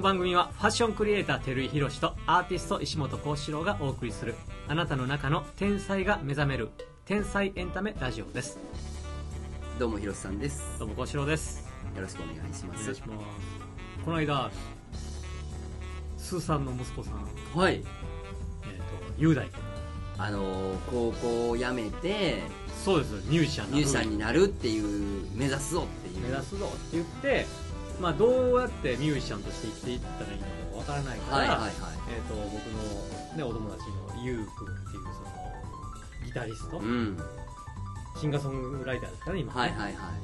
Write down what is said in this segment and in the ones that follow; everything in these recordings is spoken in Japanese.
番組はファッションクリエイター照井宏とアーティスト石本幸四郎がお送りするあなたの中の天才が目覚める天才エンタメラジオです。 どうも宏さんです。 どうも幸四郎です。 よろしくお願いします。 お願いします。この間スーさんの息子さん、 はい、 雄大君、 高校を辞めて、 そうです、ミュージシャンになるっていう、目指すぞっていう、 目指すぞって言って、まあ、どうやってミュージシャンとして生きていったらいいのかわからないから、 はいはいはい、 僕の、ね、お友達のゆうくんっていうそのギタリスト、 うん、 シンガーソングライターですからね今ね、 はいはいはい、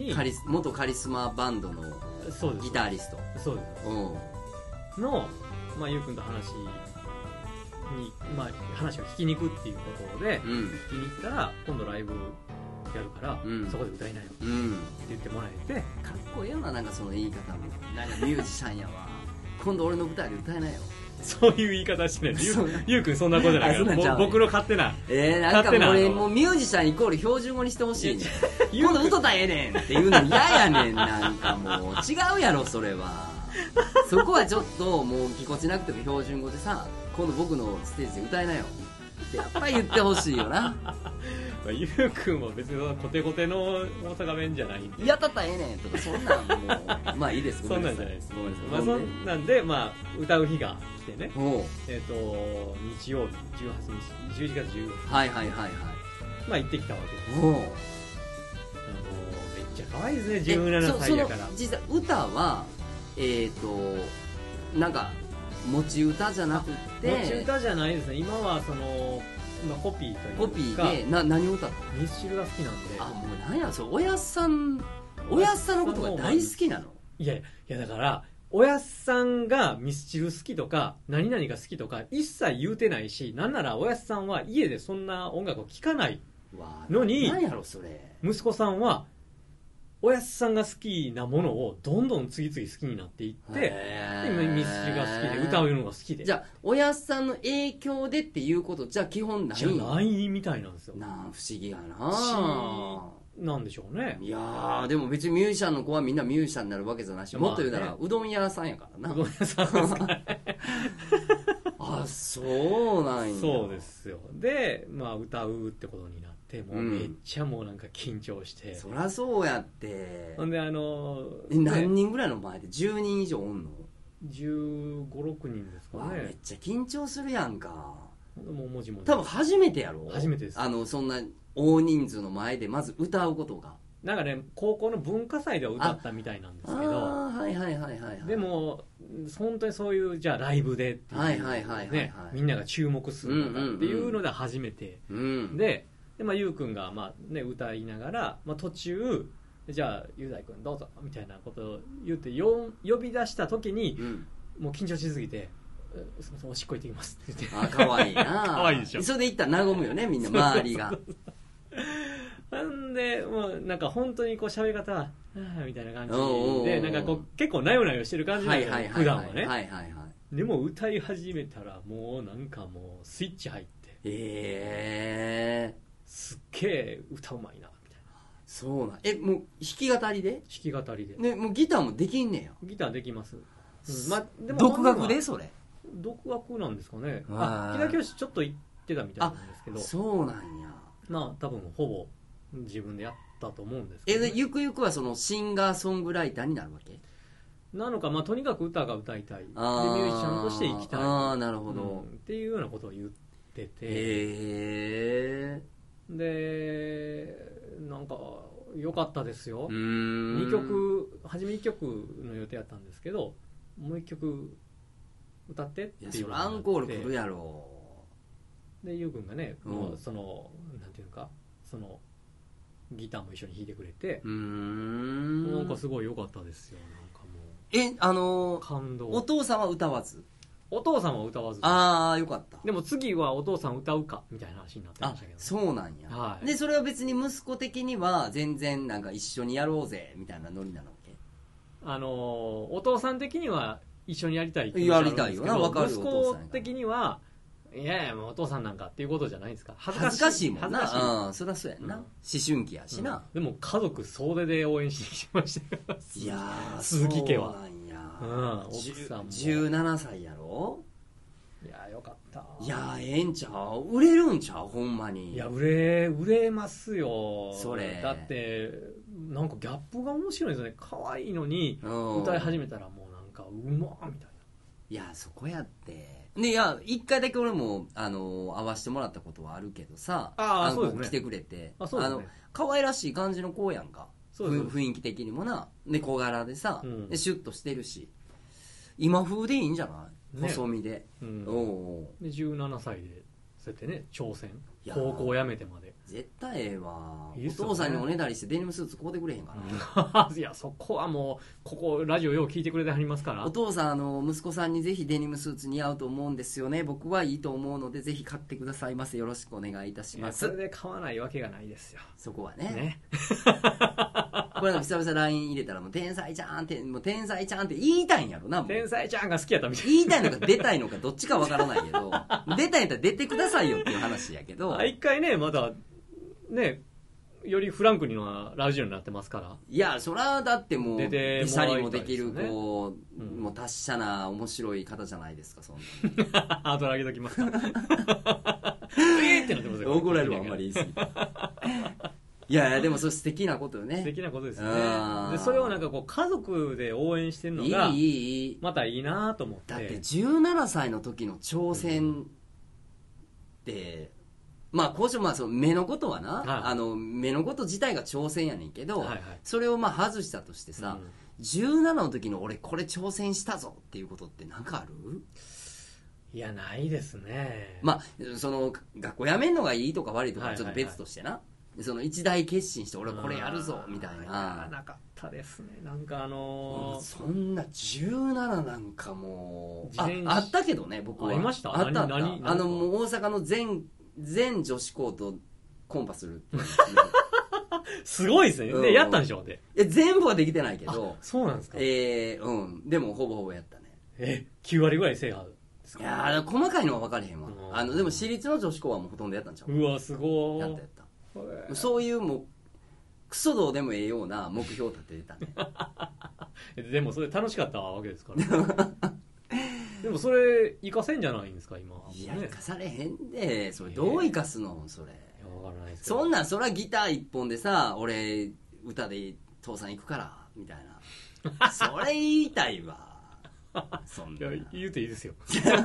に元カリスマバンドのギタリスト、 そうです、うん、の、まあ、ゆうくんと話に、まあ、話を聞きに行くっていうことで、 うん、 聞きに行ったら今度ライブやるから、 うん、 そこで歌いなよって言ってもらえて、 かっこいいよな、なんかその言い方も、なんかミュージシャンやわ今度俺の舞台で歌えなよそういう言い方してないゆうくんそんなことじゃないから僕の勝手ななんかもうミュージシャンイコール標準語にしてほしいねん今度歌ったらええねんっていうの嫌やねんなんかもう違うやろそれはそこはちょっともうぎこちなくても標準語でさ、今度僕のステージで歌えなよってやっぱり言ってほしいよなゆうくんは別にコテコテの大阪弁じゃないんで、 やったったらええねんとかそんなんもうまあいいです、 そんなんじゃないです、まあ、そんなんで、まあ、歌う日が来てね、日曜日18日11月14日、 はいはいはいはい、 まあ行ってきたわけです。めっちゃ可愛いですね、17歳やから。 実際歌はなんか持ち歌じゃなくて、 持ち歌じゃないですね、今はそのコピーというか、 コピーで何を歌ったの？ ミスチルが好きなんで。 あ、もう何やそれ、おやっさんのことが大好きなの？ いやだからおやっさんがミスチル好きとか何々が好きとか一切言うてないし、なんならおやっさんは家でそんな音楽を聴かないのに、 何やろそれ、 息子さんはおやっさんが好きなものをどんどん次々好きになっていって、でミスチルが好きで歌うのが好きで、 じゃあおやっさんの影響でっていうことじゃ基本ないじゃないみたいなんですよ。 不思議やな、 不思議なんでしょうね。 いやーでも別にミュージシャンの子はみんなミュージシャンになるわけじゃないし、もっと言うならうどん屋さんやからな。 うどん屋さんですかねあ、そうなんや。 そうですよ。で、まあ歌うってことになって、もうめっちゃもうなんか緊張して、 そりゃそうやって。 ほんで何人ぐらいの前で10人以上おんの ？15、6人ですかね。 めっちゃ緊張するやんか。 もう文字も多分初めてやろ？ 初めてです。 そんな大人数の前でまず歌うことが、 なんかね、高校の文化祭では歌ったみたいなんですけど、 はいはいはいはい、 でも本当にそういうじゃあライブでっていうね、みんなが注目するのかっていうので初めて、で、まあ、ゆうくんが、まあね、歌いながら、まあ、途中じゃあ雄大くんどうぞみたいなことを言って呼び出した時に、もう緊張しすぎて、すみませんおしっこ行ってきますって言って、 かわいいなかわいいでしょ。 それで行ったら和むよね、みんな周りがなんでもうなんか本当にこう喋り方はみたいな感じで、なんかこう結構なよなよしてる感じなんですよ、普段はね。でも歌い始めたらもうなんかもうスイッチ入って、すっげえ歌うまいなみたいな。 そうなん。もう弾き語りで？弾き語りで。 ね、もうギターもできんねや。 ギターできます。 まあでも独学でそれ？ 独学なんですかね。ギター教室ちょっと行ってたみたいなんですけど。 そうなんや。 まあ多分ほぼ自分でやったと思うんですけど、 ゆくゆくはそのシンガーソングライターになるわけなのか、まあ、とにかく歌が歌いたいでミュージシャンとして生きたい、 なるほど、 っていうようなことを言ってて、でなんか良かったですよ。2曲初め1曲の予定やったんですけど、もう1曲歌ってっていうのがあって、 アンコール来るやろ。 でゆうくんがね、もうそのなんていうか、そのギターも一緒に弾いてくれて、なんかすごい良かったですよ。なんかもう感動。 お父さんは歌わず？ お父さんは歌わず。 ああ、よかった。 でも次はお父さん歌うかみたいな話になってましたけど、 そうなんや、はい、でそれは別に息子的には全然なんか一緒にやろうぜみたいなノリなのっけ？ お父さん的には一緒にやりたいってやりたいよな、分かる。 息子的にはいやいやもうお父さんなんかっていうことじゃないですか。恥ずかしいもんな。 そりゃそうやんな、思春期やしな、 でも家族総出で応援しに来ましたよ。 いや鈴木家は。 奥さんも 17歳やろ。 いやよかった。 いやええんちゃう、売れるんちゃうほんまに。 いや売れますよそれ。 だってなんかギャップが面白いですよね。可愛いのに歌い始めたらもうなんかうまみたいな。 いやそこやってで、いや一回だけ俺も会わせてもらったことはあるけどさ、 そうですね、 来てくれて、 そうですね、 可愛らしい感じの子やんか。 そうです、 雰囲気的にもな、で小柄でさ、でシュッとしてるし、今風でいいんじゃない、細身で、 で17歳でそうやってね挑戦、高校辞めてまで。 絶対ええわ。お父さんにおねだりしてデニムスーツ買うてくれへんかな。 いやそこはもうここラジオよう聞いてくれてはりますから。 お父さん息子さんにぜひデニムスーツ似合うと思うんですよね、僕はいいと思うのでぜひ買ってくださいませ、よろしくお願いいたします。 それで買わないわけがないですよ、 そこは ねこれ久々 LINE 入れたらもう天才ちゃんってもう天才ちゃんって言いたいんやろな。 天才ちゃんが好きやったみたいな。 言いたいのか出たいのかどっちかわからないけど出たいんやったら出てくださいよっていう話やけど、 一回ねまだねよりフランクにはラジオになってますから。 いやそらだってもうべしゃりもできるこう、もう達者な面白い方じゃないですか。そんなハードル上げときますかってなってますよ。 怒られるわあんまり言い過ぎていやでもそれ素敵なことよね。 素敵なことですよね。でそれをなんかこう家族で応援してるのがまたいいなと思って。 だって17歳の時の挑戦って、まあその目のことはな、目のこと自体が挑戦やねんけど、それをまあ外したとしてさ、17の時の俺これ挑戦したぞっていうことって何かある？ いやないですね。 まあその学校辞めんのがいいとか悪いとかちょっと別としてな、その一大決心して俺これやるぞみたいな。 なかったですね。なんかそんな17なんかもうあったけどね、僕は。 ありました？ あったもう大阪の全女子校とコンパするすごいですね。でやったんでしょうね。 全部はできてないけど。 そうなんですか。 でもほぼほぼやったね。 9割ぐらい制覇ですか。 いや細かいのは分かれへんわ。でも私立の女子校はもうほとんどやったんちゃう。 うわすごい。 やったそういうもうクソどうでもええような目標を立ててたねでもそれ楽しかったわけですからでもそれ生かせんじゃないんですか今。 いや生かされへんで。それどう生かすのそれ。 分からないです。 そんなんそらギター一本でさ、俺歌で父さん行くからみたいなそれ言いたいわそんな。いや言うていいですよ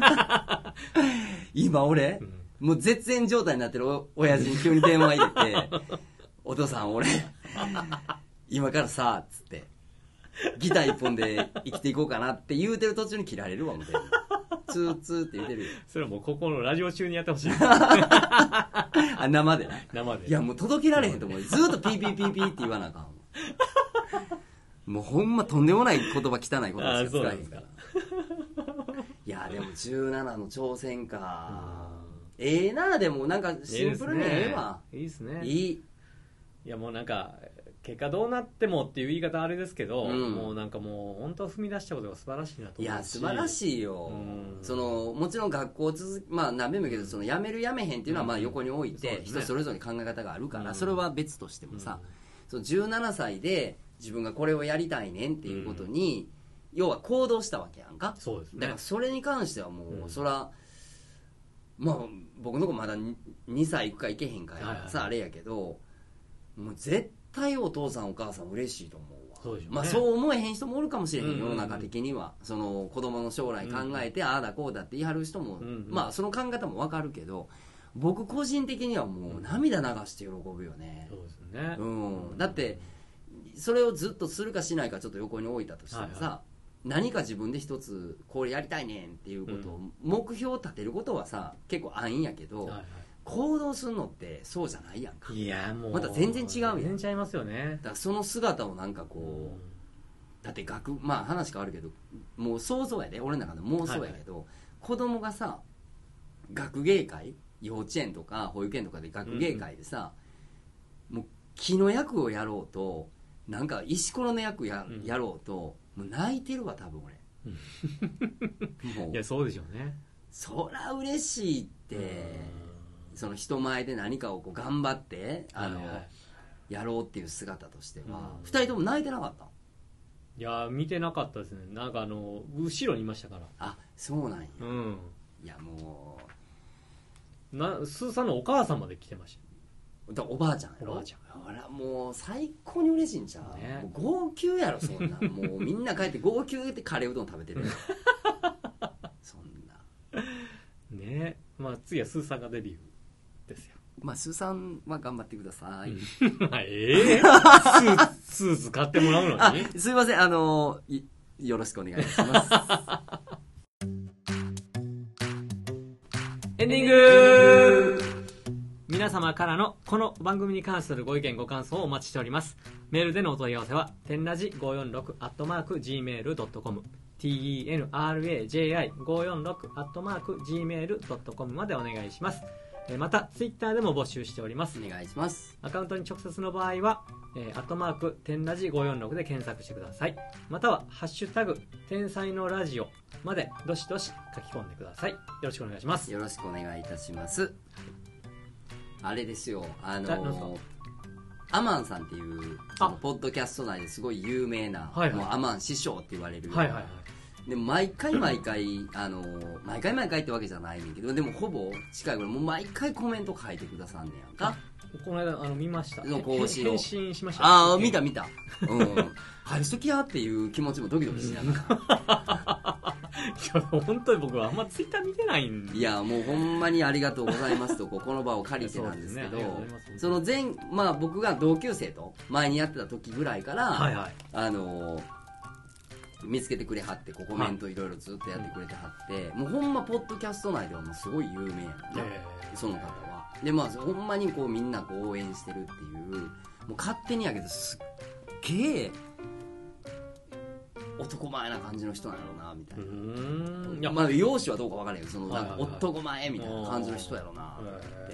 今俺、もう絶縁状態になってる親父に急に電話入れてお父さん俺今からさつってギター一本で生きていこうかなって言うてる途中に切られるわ。もうツーツーって言うてるよ。それはもうここのラジオ中にやってほしい生で生で。 いやもう届けられへんと思う。ずっとピーピーピーピーって言わなあかんもうほんまとんでもない言葉汚い言葉しか使えへんからいやでも17の挑戦か。ええな。でもなんかシンプルにええわ。 いいですね。 いやもうなんか結果どうなってもっていう言い方あれですけど、もうなんかもう本当踏み出したことが素晴らしいなと思うし。いや素晴らしいよ。もちろん学校何遍も言うけど辞める辞めへんっていうのはまあ横に置いて、人それぞれ考え方があるから、それは別としてもさ、その17歳で自分がこれをやりたいねんっていうことに、要は行動したわけやんか。 そうですね。 だからそれに関してはもうそらまあ僕の子まだ2歳いくかいけへんかやさ、あれやけどもう絶対お父さんお母さん嬉しいと思うわ。 そうでしょうね。 まあそう思えへん人もおるかもしれへん、世の中的には。その子供の将来考えて、ああだこうだって言い張る人も、まあその考え方も分かるけど、僕個人的にはもう涙流して喜ぶよね。 そうですね。 だってそれをずっとするかしないかちょっと横に置いたとしてもさ、何か自分で一つこれやりたいねんっていうことを、目標を立てることはさ結構安易やけど、行動するのってそうじゃないやんか。 いやもうまた全然違うやん。 全然違いますよね。 だからその姿をなんかこう、だってまあ話変わるけどもう想像やで、俺の中の妄想やけど、子供がさ学芸会、幼稚園とか保育園とかで学芸会でさ、もう木の役をやろうとなんか石ころの役やろうともう泣いてるわ多分俺もういやそうでしょうね。 そら嬉しいって、その人前で何かをこう頑張ってやろうっていう姿としては、2人とも泣いてなかった。 いや見てなかったですね。なんか後ろにいましたから。 あ、そうなんや。 うん。 いやもうスーさんのお母さんまで来てました。 おばあちゃんやろ。おばあちゃん。ほらもう最高に嬉しいんちゃう、ね、もう号泣やろそんな。もうみんな帰って号泣でカレーうどん食べてる。そんな。 ね。まあ次はスーさんがデビューですよ。 まあスーさんは頑張ってください。 スーツ買ってもらうのに。 すいません、よろしくお願いします。 エンディング。皆様からのこの番組に関するご意見ご感想をお待ちしております。メールでのお問い合わせは天ラジ546@gmail.com tenraji546@gmail.com までお願いします。またツイッターでも募集しております。 お願いします。 アカウントに直接の場合は天ラジ546で検索してください。またはハッシュタグ天才のラジオまでどしどし書き込んでください。よろしくお願いします。 よろしくお願いいたします。あれですよ、アマンさんっていうポッドキャスト内ですごい有名な、もうアマン師匠って言われる、でも毎回毎回ってわけじゃないねんけど、でもほぼ近いぐらいもう毎回コメント書いてくださんねやんか。 この間見ました。 返信しました。 ああ見た、返しときやっていう気持ちもドキドキしながら。 いや本当に僕はあんまツイッター見てないんで。 いやもうほんまにありがとうございますとこの場を借りてなんですけど、その僕が同級生と前にやってた時ぐらいから、見つけてくれはってコメントいろいろずっとやってくれてはって、もうほんまポッドキャスト内ではもうすごい有名やね、その方は。でほんまにみんな応援してるっていう、もう勝手にやけどすっげえ男前な感じの人なんやろうなみたいな。まあ容姿はどうか分からないけど、なんか男前みたいな感じの人やろうなって。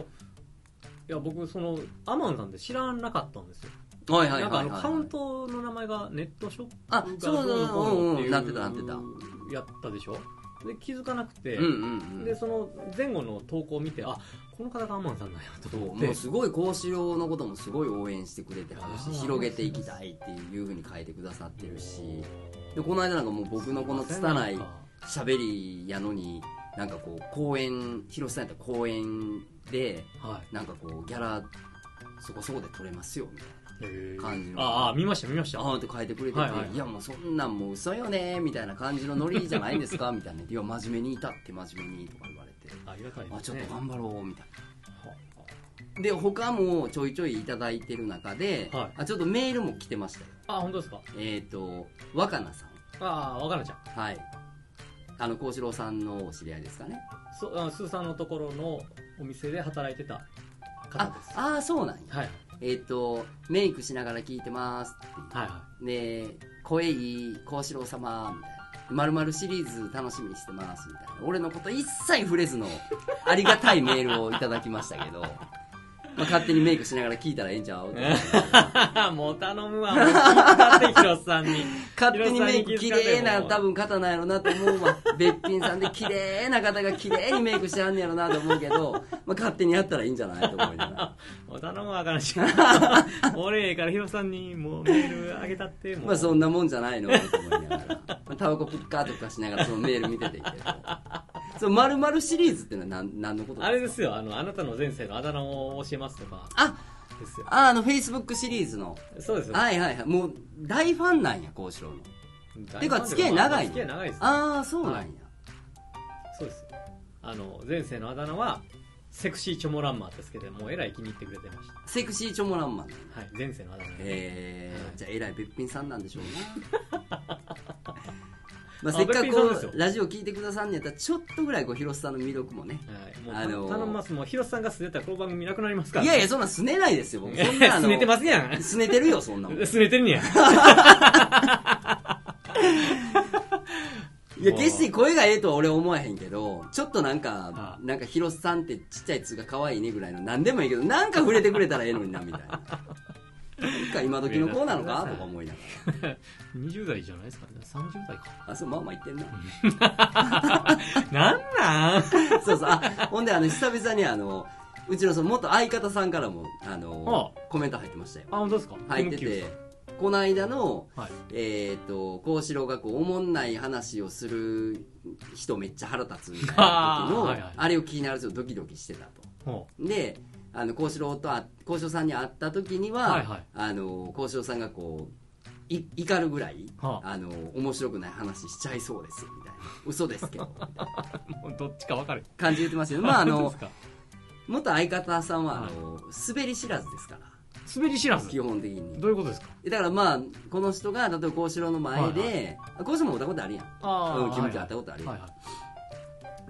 いや僕アマンさんで知らなかったんですよ。 なんかカウントの名前がネットショップがなってたやったでしょ。で気づかなくて、でその前後の投稿を見て、あ、この方がアマンさんなんやと思って、 もうすごい幸四郎のこともすごい応援してくれてはるし、広げていきたいっていう風に書いてくださってるし、でこの間なんかもう僕のこの拙い喋りやのに、なんか公演、広瀬さんやったら公演で、なんかギャラそこそこで取れますよみたいな感じの、 見ましたって書いてくれてて、いやもうそんなんもう嘘よねみたいな感じのノリじゃないんですかみたいな。いや真面目に至って真面目にとか言われて、 ありがたいですね。 ちょっと頑張ろうみたいな。で他もちょいちょいいただいてる中で、ちょっとメールも来てましたよ。 本当ですか。 若菜さん。 若菜ちゃん。 はい。幸四郎さんのお知り合いですかね。 スーさんのところのお店で働いてた方です。 そうなんや。メイクしながら聞いてますって、で声いい幸四郎様みたいな、〇〇シリーズ楽しみにしてますみたいな、俺のこと一切触れずのありがたいメールをいただきましたけど、勝手にメイクしながら聞いたらええんちゃうもう頼むわ、もう聞いたってヒロさんに。 勝手にメイク綺麗な多分方なんやろなと思うわ。べっぴんさんで綺麗な方が綺麗にメイクしてはんねやろなと思うけど、勝手にやったらいいんじゃないと思いながら。 もう頼むわ、からし俺からヒロさんにもうメールあげたって。 そんなもんじゃないのと思いながら。タバコピッカーとかしながらそのメール見てていいけど。〇〇シリーズってのは何のことですか。 あれですよ、あなたの前世のあだ名を教えますとかですよ。 Facebook シリーズの。 そうですよ。 もう大ファンなんや、幸四郎の。てか付き合い長いの。 付き合い長いです。 そうなんや。 そうです。前世のあだ名はセクシーチョモランマーですけど、もうえらい気に入ってくれてました。 セクシーチョモランマー。 はい、前世のあだ名。 じゃあえらいべっぴんさんなんでしょうな。せっかくラジオ聞いてくださんねやったら、ちょっとぐらい広瀬さんの魅力もね、 頼みます。もう広瀬さんがすねたらこの番組なくなりますから。 いやそんなすねないですよ、僕。そんなすねてますやん。 すねてるよ、そんなもん。 すねてるんや。 いや決して声がええとは俺は思わへんけど、ちょっとなんか広瀬さんってちっちゃいつが可愛いねぐらいの、なんでもいいけど、なんか触れてくれたらええのになみたいな。今時の子なのかとか思いながら。 20代じゃないですかね。30代か。 そう、まあまあ言ってんな。 なんなんそうそう。ほんで久々にうちの元相方さんからもコメント入ってましたよ。 本当ですか。 入ってて、 この間の、はい、幸四郎がこうおもんない話をする人めっちゃ腹立つみたいな時のはい、はい、あれを聞きながらちょっとドキドキしてたと。で幸四郎さんに会った時には、はいはい、幸四郎さんがこう怒るぐらい、はあ、面白くない話しちゃいそうですみたいな、嘘ですけどみたいなもうどっちか分かる感じ言ってましたけど、まあ元相方さんは滑り知らずですから。 滑り知らず基本的に。 どういうことですか？ だからまあこの人が例えば幸四郎の前で、幸四郎も会ったことあるやん。キムチ会ったことあるやん、はいはい、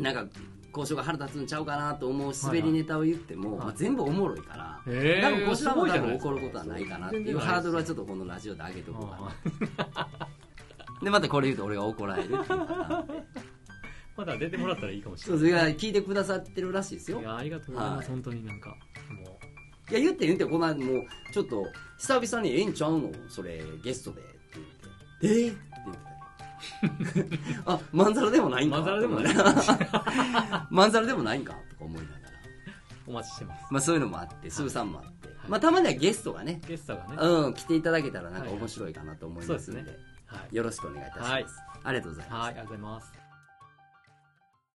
なんか幸四郎が腹立つんちゃうかなと思う滑りネタを言っても、はいはい、まあ、全部おもろいから、多分幸四郎も多分怒ることはないかなっていうハードルはちょっとこのラジオで上げとこうかなでまたこれ言うと俺が怒られるっていうパターンでまだ出てもらったらいいかもしれない。 そう聞いてくださってるらしいですよ。 いやありがとうございます、はい、本当になんかもういや言ってこの間もうちょっと久々にええんちゃうのそれゲストでって言ってって言ってたあまんざらでもないんかまんざらでもないまんざらでもないんかとか思いながらお待ちしてます。 まあそういうのもあってスーさんもあって、はい、まあたまにはゲストがね来ていただけたらなんか面白いかなと思いますので、はいはい、よろしくお願いいたします、はい、ありがとうございます。 はい、ありがとうございます。